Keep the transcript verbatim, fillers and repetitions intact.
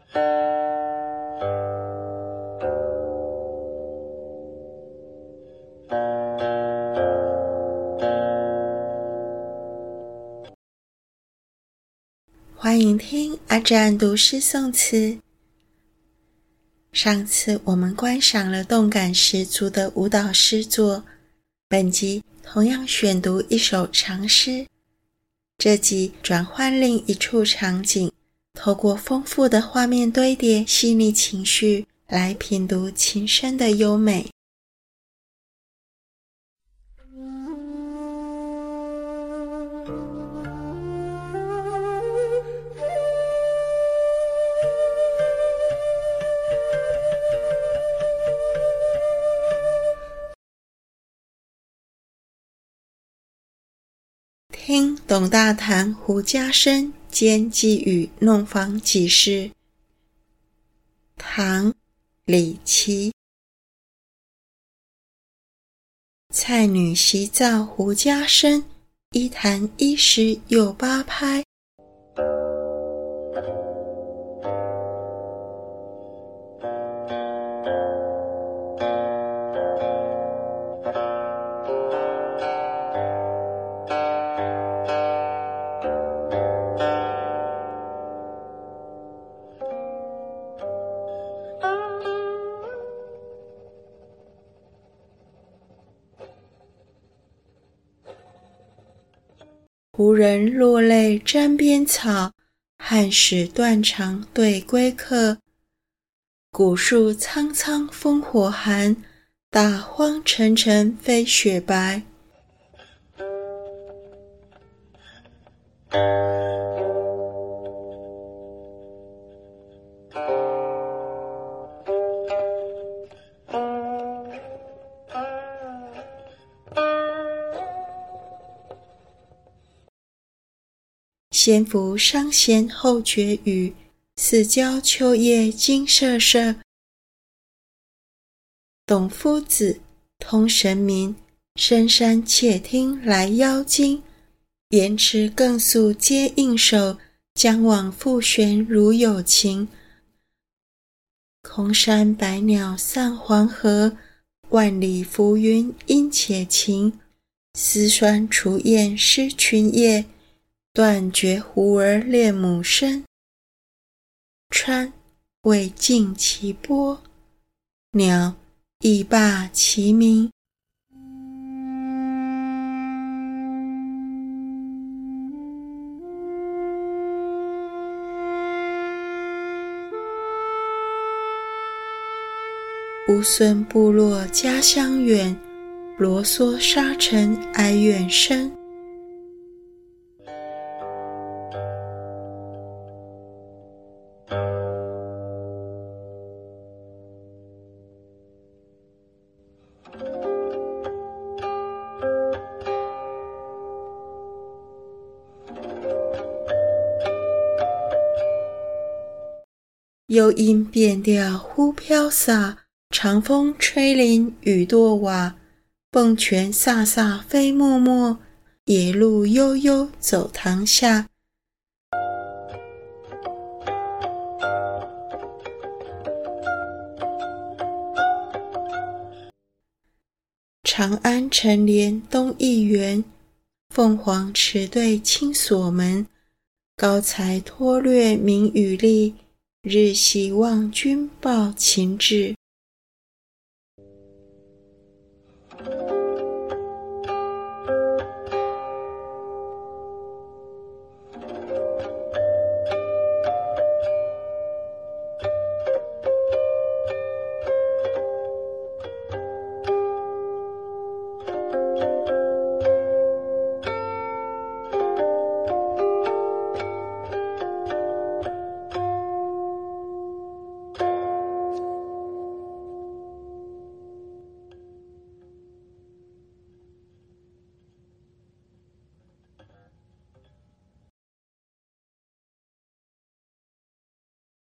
欢迎听阿占读诗宋词。上次我们观赏了动感十足的舞蹈诗作，本集同样选读一首长诗。这集转换另一处场景，透过丰富的画面堆叠，细腻情绪，来品读琴声的优美。听董大谈胡笳声兼寄语弄坊几事。唐·李颀。菜女习造胡笳声，一弹一时有八拍。胡人落泪沾边草，汉使断肠对归客。古树苍苍烽火寒，大荒沉沉飞雪白。先伏商弦后绝雨，四郊秋叶惊瑟瑟。董夫子，通神明，深山窃听来邀金。言辞更诉皆应手，将往复旋如有情。空山百鸟散黄河，万里浮云应且晴。丝酸楚燕失群叶，断绝胡儿恋母声。川未尽其波，鸟亦罢其鸣。乌孙部落家乡远，罗嗦沙尘哀怨深。又因变调忽飘洒，长风吹林雨堕瓦。蹦泉飒飒飞漠漠，野路悠悠走堂下。长安城帘东一园，凤凰池对青锁门。高才脱略名与利，日夕望君报秦志。